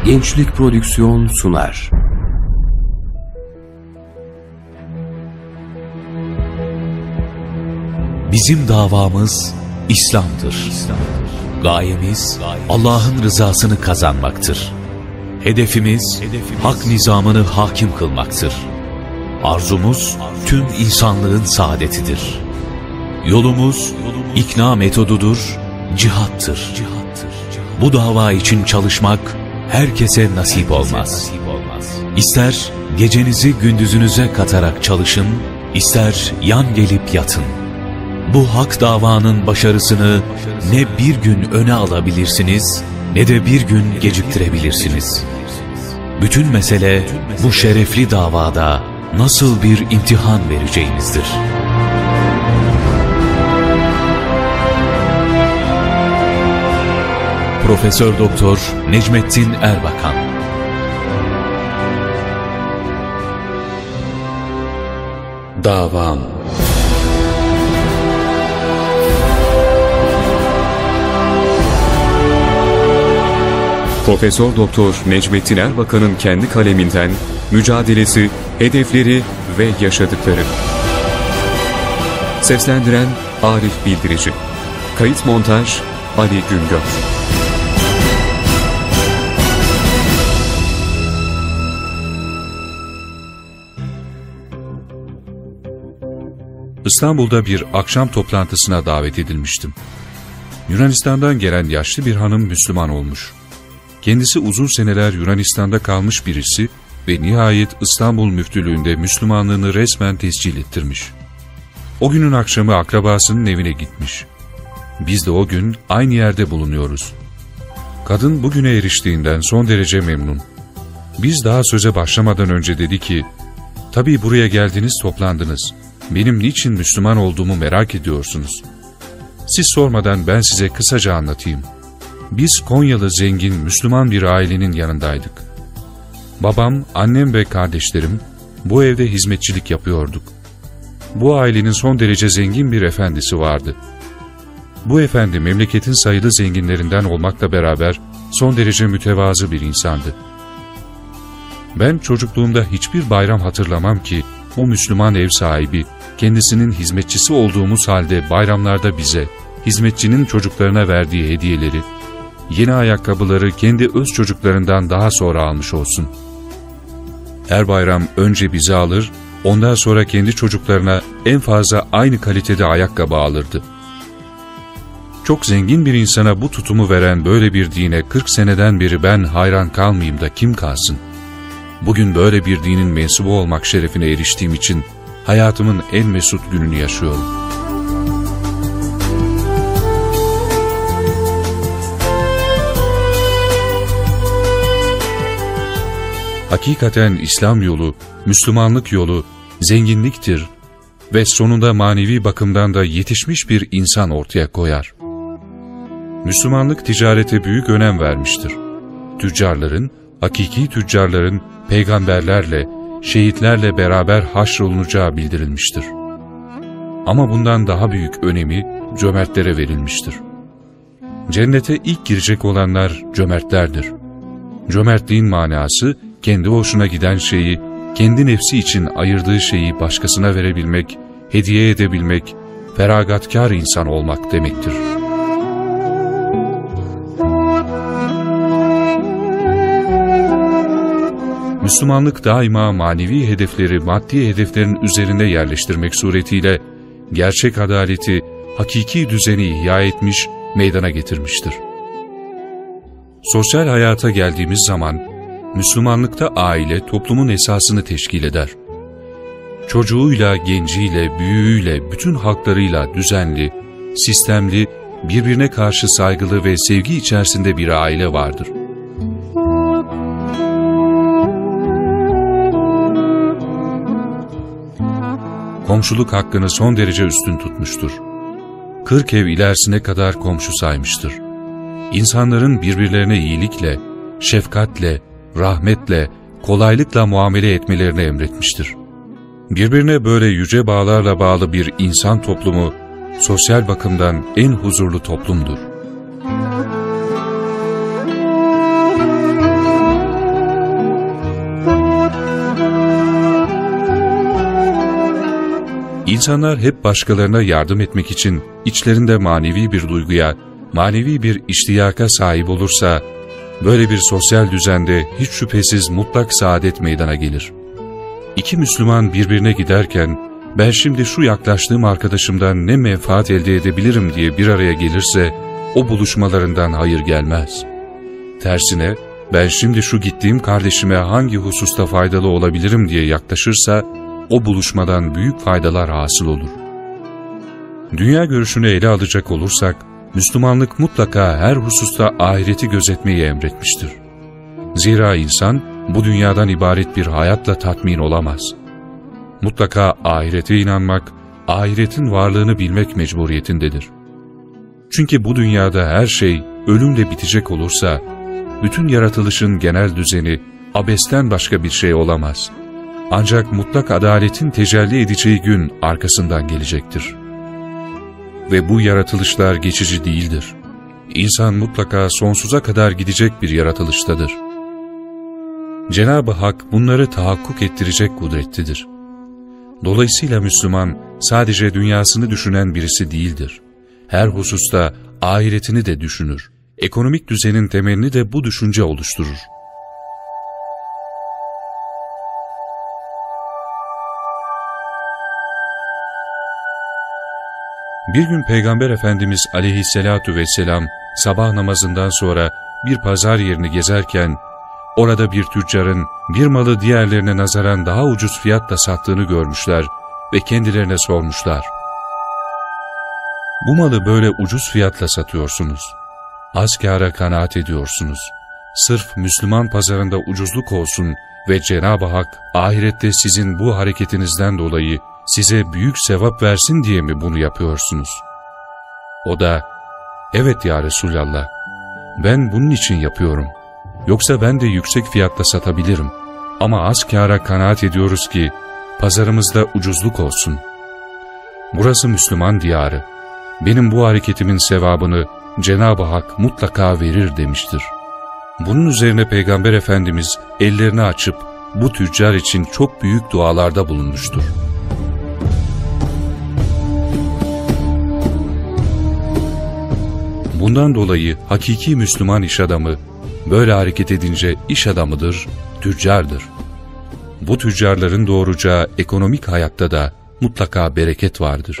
Gençlik Prodüksiyon sunar. Bizim davamız İslam'dır. Gayemiz Allah'ın rızasını kazanmaktır. Hedefimiz hak nizamını hakim kılmaktır. Arzumuz tüm insanlığın saadetidir. Yolumuz ikna metodudur, cihattır. Bu dava için çalışmak herkese nasip olmaz. İster gecenizi gündüzünüze katarak çalışın, ister yan gelip yatın. Bu hak davanın başarısını ne bir gün öne alabilirsiniz, ne de bir gün geciktirebilirsiniz. Bütün mesele bu şerefli davada nasıl bir imtihan vereceğinizdir. Profesör Doktor Necmettin Erbakan. Davam. Profesör Doktor Necmettin Erbakan'ın kendi kaleminden mücadelesi, hedefleri ve yaşadıkları. Seslendiren Arif Bildirici. Kayıt montaj Ali Güngör. İstanbul'da bir akşam toplantısına davet edilmiştim. Yunanistan'dan gelen yaşlı bir hanım Müslüman olmuş. Kendisi uzun seneler Yunanistan'da kalmış birisi ve nihayet İstanbul Müftülüğü'nde Müslümanlığını resmen tescil ettirmiş. O günün akşamı akrabasının evine gitmiş. Biz de o gün aynı yerde bulunuyoruz. Kadın bugüne eriştiğinden son derece memnun. Biz daha söze başlamadan önce dedi ki, "Tabii buraya geldiniz, toplandınız. Benim niçin Müslüman olduğumu merak ediyorsunuz. Siz sormadan ben size kısaca anlatayım. Biz Konyalı zengin Müslüman bir ailenin yanındaydık. Babam, annem ve kardeşlerim bu evde hizmetçilik yapıyorduk. Bu ailenin son derece zengin bir efendisi vardı. Bu efendi memleketin sayılı zenginlerinden olmakla beraber son derece mütevazı bir insandı. Ben çocukluğumda hiçbir bayram hatırlamam ki o Müslüman ev sahibi kendisinin hizmetçisi olduğumuz halde bayramlarda bize, hizmetçinin çocuklarına verdiği hediyeleri, yeni ayakkabıları kendi öz çocuklarından daha sonra almış olsun. Her bayram önce bize alır, ondan sonra kendi çocuklarına en fazla aynı kalitede ayakkabı alırdı. Çok zengin bir insana bu tutumu veren böyle bir dine 40 seneden beri ben hayran kalmayayım da kim kalsın? Bugün böyle bir dinin mensubu olmak şerefine eriştiğim için hayatımın en mesut gününü yaşıyorum. Hakikaten İslam yolu, Müslümanlık yolu, zenginliktir ve sonunda manevi bakımdan da yetişmiş bir insan ortaya koyar. Müslümanlık ticarete büyük önem vermiştir. Tüccarların, hakiki tüccarların peygamberlerle, şehitlerle beraber haşrolunacağı bildirilmiştir. Ama bundan daha büyük önemi cömertlere verilmiştir. Cennete ilk girecek olanlar cömertlerdir. Cömertliğin manası, kendi hoşuna giden şeyi, kendi nefsi için ayırdığı şeyi başkasına verebilmek, hediye edebilmek, feragatkar insan olmak demektir. Müslümanlık daima manevi hedefleri maddi hedeflerin üzerinde yerleştirmek suretiyle gerçek adaleti, hakiki düzeni ihya etmiş, meydana getirmiştir. Sosyal hayata geldiğimiz zaman, Müslümanlıkta aile toplumun esasını teşkil eder. Çocuğuyla, genciyle, büyüğüyle, bütün halklarıyla düzenli, sistemli, birbirine karşı saygılı ve sevgi içerisinde bir aile vardır. Komşuluk hakkını son derece üstün tutmuştur. 40 ev ilerisine kadar komşu saymıştır. İnsanların birbirlerine iyilikle, şefkatle, rahmetle, kolaylıkla muamele etmelerini emretmiştir. Birbirine böyle yüce bağlarla bağlı bir insan toplumu, sosyal bakımdan en huzurlu toplumdur. İnsanlar hep başkalarına yardım etmek için içlerinde manevi bir duyguya, manevi bir iştiyaka sahip olursa, böyle bir sosyal düzende hiç şüphesiz mutlak saadet meydana gelir. İki Müslüman birbirine giderken, ben şimdi şu yaklaştığım arkadaşımdan ne menfaat elde edebilirim diye bir araya gelirse, o buluşmalarından hayır gelmez. Tersine, ben şimdi şu gittiğim kardeşime hangi hususta faydalı olabilirim diye yaklaşırsa, o buluşmadan büyük faydalar hasıl olur. Dünya görüşünü ele alacak olursak, Müslümanlık mutlaka her hususta ahireti gözetmeyi emretmiştir. Zira insan, bu dünyadan ibaret bir hayatla tatmin olamaz. Mutlaka ahirete inanmak, ahiretin varlığını bilmek mecburiyetindedir. Çünkü bu dünyada her şey ölümle bitecek olursa, bütün yaratılışın genel düzeni abesten başka bir şey olamaz. Ancak mutlak adaletin tecelli edeceği gün arkasından gelecektir. Ve bu yaratılışlar geçici değildir. İnsan mutlaka sonsuza kadar gidecek bir yaratılıştadır. Cenab-ı Hak bunları tahakkuk ettirecek kudretlidir. Dolayısıyla Müslüman sadece dünyasını düşünen birisi değildir. Her hususta ahiretini de düşünür. Ekonomik düzenin temelini de bu düşünce oluşturur. Bir gün Peygamber Efendimiz aleyhissalatu vesselam sabah namazından sonra bir pazar yerini gezerken, orada bir tüccarın bir malı diğerlerine nazaran daha ucuz fiyatla sattığını görmüşler ve kendilerine sormuşlar. Bu malı böyle ucuz fiyatla satıyorsunuz. Az kâra kanaat ediyorsunuz. Sırf Müslüman pazarında ucuzluk olsun ve Cenab-ı Hak ahirette sizin bu hareketinizden dolayı size büyük sevap versin diye mi bunu yapıyorsunuz? O da, evet ya Resulallah, ben bunun için yapıyorum. Yoksa ben de yüksek fiyatla satabilirim. Ama az kâra kanaat ediyoruz ki pazarımızda ucuzluk olsun. Burası Müslüman diyarı. Benim bu hareketimin sevabını Cenab-ı Hak mutlaka verir demiştir. Bunun üzerine Peygamber Efendimiz ellerini açıp bu tüccar için çok büyük dualarda bulunmuştur. Bundan dolayı hakiki Müslüman iş adamı, böyle hareket edince iş adamıdır, tüccardır. Bu tüccarların doğuracağı ekonomik hayatta da mutlaka bereket vardır.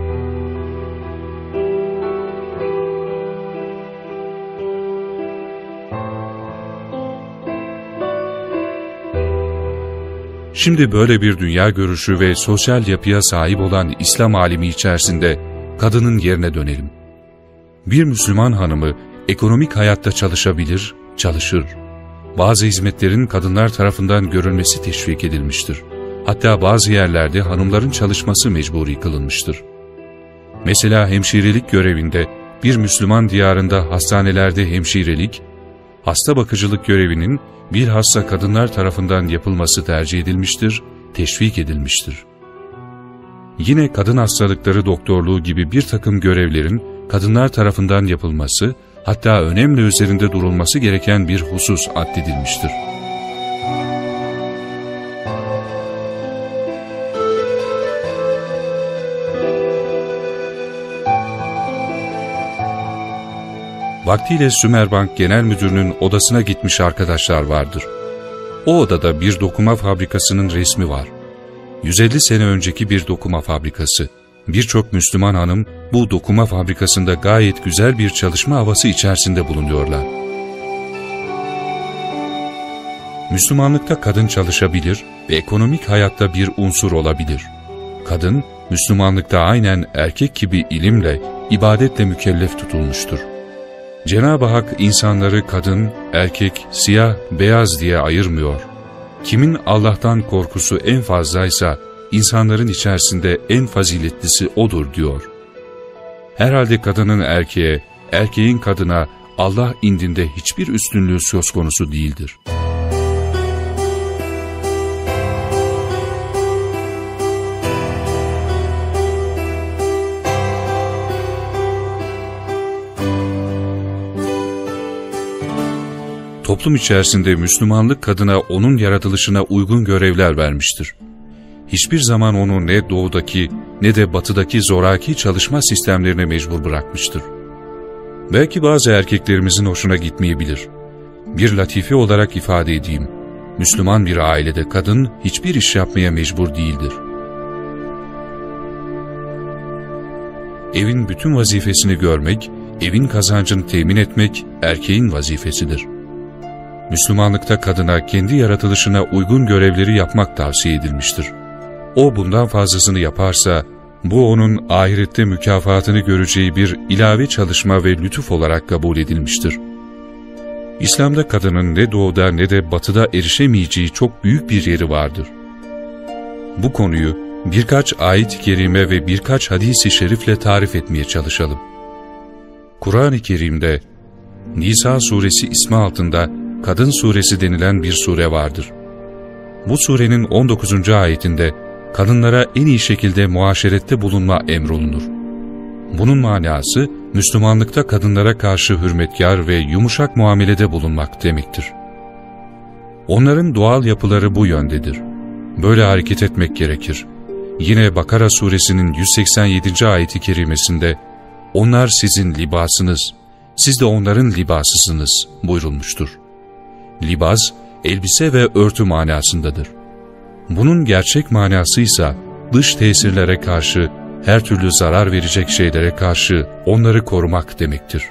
Şimdi böyle bir dünya görüşü ve sosyal yapıya sahip olan İslam alemi içerisinde kadının yerine dönelim. Bir Müslüman hanımı ekonomik hayatta çalışabilir, çalışır. Bazı hizmetlerin kadınlar tarafından görülmesi teşvik edilmiştir. Hatta bazı yerlerde hanımların çalışması mecburi kılınmıştır. Mesela hemşirelik görevinde bir Müslüman diyarında hastanelerde hemşirelik, hasta bakıcılık görevinin bilhassa kadınlar tarafından yapılması tercih edilmiştir, teşvik edilmiştir. Yine kadın hastalıkları doktorluğu gibi bir takım görevlerin kadınlar tarafından yapılması, hatta önemli üzerinde durulması gereken bir husus addedilmiştir. Vaktiyle Sümerbank Genel Müdürü'nün odasına gitmiş arkadaşlar vardır. O odada bir dokuma fabrikasının resmi var. 150 sene önceki bir dokuma fabrikası. Birçok Müslüman hanım bu dokuma fabrikasında gayet güzel bir çalışma havası içerisinde bulunuyorlar. Müslümanlıkta kadın çalışabilir ve ekonomik hayatta bir unsur olabilir. Kadın, Müslümanlıkta aynen erkek gibi ilimle, ibadetle mükellef tutulmuştur. Cenab-ı Hak insanları kadın, erkek, siyah, beyaz diye ayırmıyor. Kimin Allah'tan korkusu en fazlaysa, insanların içerisinde en faziletlisi O'dur diyor. Herhalde kadının erkeğe, erkeğin kadına Allah indinde hiçbir üstünlüğü söz konusu değildir. Toplum içerisinde Müslümanlık kadına onun yaratılışına uygun görevler vermiştir. Hiçbir zaman onu ne doğudaki ne de batıdaki zoraki çalışma sistemlerine mecbur bırakmıştır. Belki bazı erkeklerimizin hoşuna gitmeyebilir. Bir latife olarak ifade edeyim. Müslüman bir ailede kadın hiçbir iş yapmaya mecbur değildir. Evin bütün vazifesini görmek, evin kazancını temin etmek erkeğin vazifesidir. Müslümanlıkta kadına kendi yaratılışına uygun görevleri yapmak tavsiye edilmiştir. O bundan fazlasını yaparsa, bu onun ahirette mükafatını göreceği bir ilave çalışma ve lütuf olarak kabul edilmiştir. İslam'da kadının ne doğuda ne de batıda erişemeyeceği çok büyük bir yeri vardır. Bu konuyu birkaç ayet-i kerime ve birkaç hadis-i şerifle tarif etmeye çalışalım. Kur'an-ı Kerim'de Nisa suresi ismi altında Kadın suresi denilen bir sure vardır. Bu surenin 19. ayetinde kadınlara en iyi şekilde muaşerette bulunma emrolunur. Bunun manası Müslümanlıkta kadınlara karşı hürmetkar ve yumuşak muamelede bulunmak demektir. Onların doğal yapıları bu yöndedir. Böyle hareket etmek gerekir. Yine Bakara suresinin 187. ayeti kerimesinde "Onlar sizin libasınız, siz de onların libasısınız" buyurulmuştur. Libas, elbise ve örtü manasındadır. Bunun gerçek manası ise dış tesirlere karşı, her türlü zarar verecek şeylere karşı onları korumak demektir.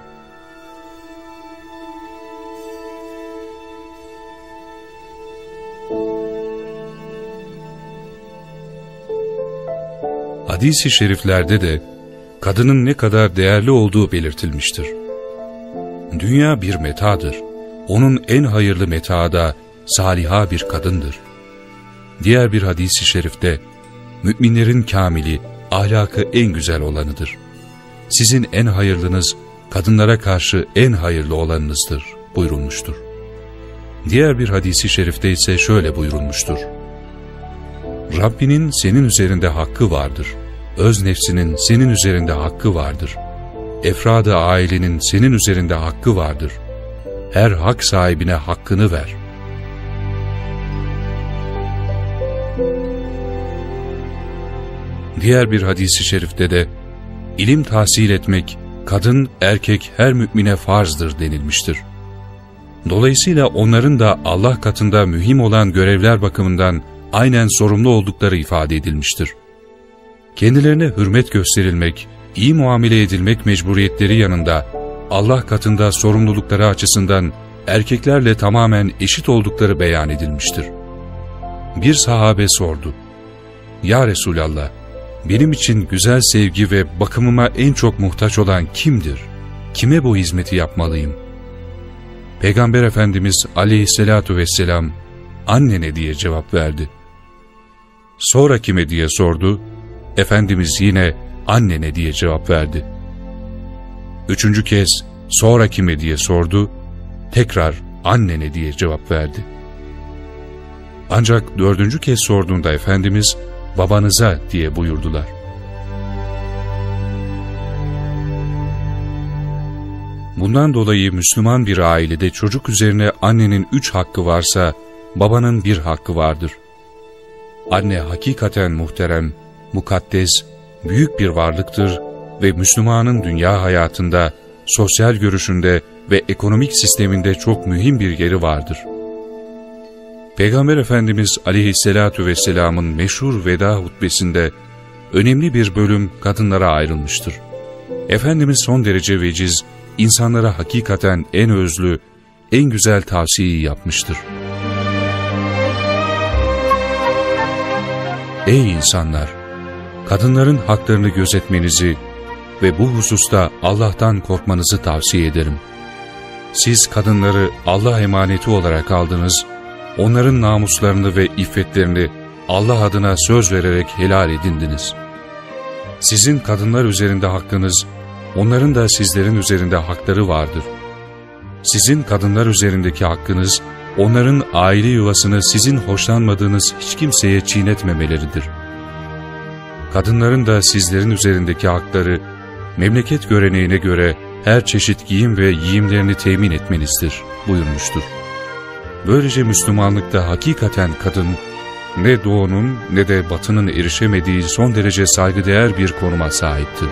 Hadis-i şeriflerde de kadının ne kadar değerli olduğu belirtilmiştir. Dünya bir metadır. Onun en hayırlı metaı da saliha bir kadındır. Diğer bir hadis-i şerifte, müminlerin kamili, ahlakı en güzel olanıdır. Sizin en hayırlınız, kadınlara karşı en hayırlı olanınızdır buyurulmuştur. Diğer bir hadis-i şerifte ise şöyle buyurulmuştur. Rabbinin senin üzerinde hakkı vardır. Öz nefsinin senin üzerinde hakkı vardır. Efrad-ı ailenin senin üzerinde hakkı vardır. Her hak sahibine hakkını ver. Diğer bir hadis-i şerifte de ilim tahsil etmek kadın erkek her mümine farzdır denilmiştir. Dolayısıyla onların da Allah katında mühim olan görevler bakımından aynen sorumlu oldukları ifade edilmiştir. Kendilerine hürmet gösterilmek, iyi muamele edilmek mecburiyetleri yanında Allah katında sorumlulukları açısından erkeklerle tamamen eşit oldukları beyan edilmiştir. Bir sahabe sordu. "Ya Resulallah, benim için güzel sevgi ve bakımıma en çok muhtaç olan kimdir? Kime bu hizmeti yapmalıyım?" Peygamber Efendimiz aleyhissalatu vesselam, "Annene" diye cevap verdi. Sonra kime diye sordu. Efendimiz yine "Annene" diye cevap verdi. Üçüncü kez "Sonra kime?" diye sordu. Tekrar "Annene" diye cevap verdi. Ancak dördüncü kez sorduğunda Efendimiz "Babanıza" diye buyurdular. Bundan dolayı Müslüman bir ailede çocuk üzerine annenin 3 hakkı varsa babanın 1 hakkı vardır. Anne hakikaten muhterem, mukaddes, büyük bir varlıktır ve Müslümanın dünya hayatında, sosyal görüşünde ve ekonomik sisteminde çok mühim bir yeri vardır. Peygamber Efendimiz aleyhissalatu vesselamın meşhur veda hutbesinde önemli bir bölüm kadınlara ayrılmıştır. Efendimiz son derece veciz, insanlara hakikaten en özlü, en güzel tavsiyeyi yapmıştır. Ey insanlar! Kadınların haklarını gözetmenizi ve bu hususta Allah'tan korkmanızı tavsiye ederim. Siz kadınları Allah emaneti olarak aldınız, onların namuslarını ve iffetlerini Allah adına söz vererek helal edindiniz. Sizin kadınlar üzerinde hakkınız, onların da sizlerin üzerinde hakları vardır. Sizin kadınlar üzerindeki hakkınız, onların aile yuvasını sizin hoşlanmadığınız hiç kimseye çiğnetmemeleridir. Kadınların da sizlerin üzerindeki hakları, memleket göreneğine göre her çeşit giyim ve yiyimlerini temin etmenizdir buyurmuştur. Böylece Müslümanlıkta hakikaten kadın, ne Doğu'nun ne de Batı'nın erişemediği son derece saygıdeğer bir konuma sahipti.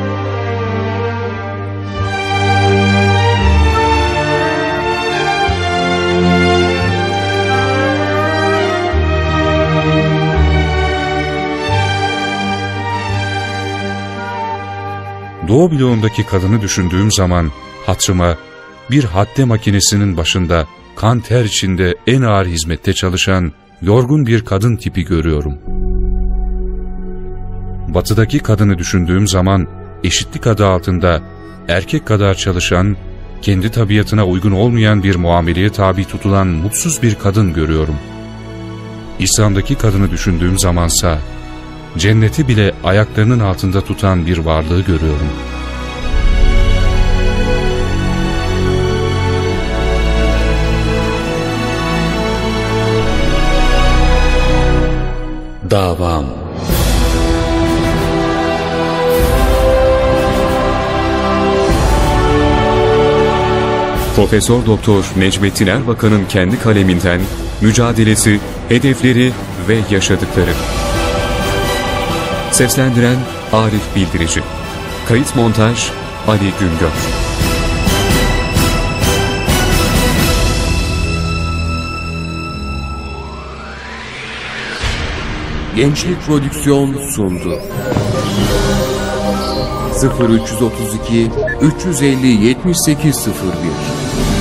Doğu bloğundaki kadını düşündüğüm zaman hatırıma bir hadde makinesinin başında kan ter içinde en ağır hizmette çalışan yorgun bir kadın tipi görüyorum. Batıdaki kadını düşündüğüm zaman eşitlik adı altında erkek kadar çalışan, kendi tabiatına uygun olmayan bir muameleye tabi tutulan mutsuz bir kadın görüyorum. İslam'daki kadını düşündüğüm zamansa cenneti bile ayaklarının altında tutan bir varlığı görüyorum. Davam. Profesör Doktor Necmettin Erbakan'ın kendi kaleminden mücadelesi, hedefleri ve yaşadıkları. Seslendiren Arif Bildirici. Kayıt montaj Ali Güngör. Gençlik Prodüksiyon sundu. 0332 350 7801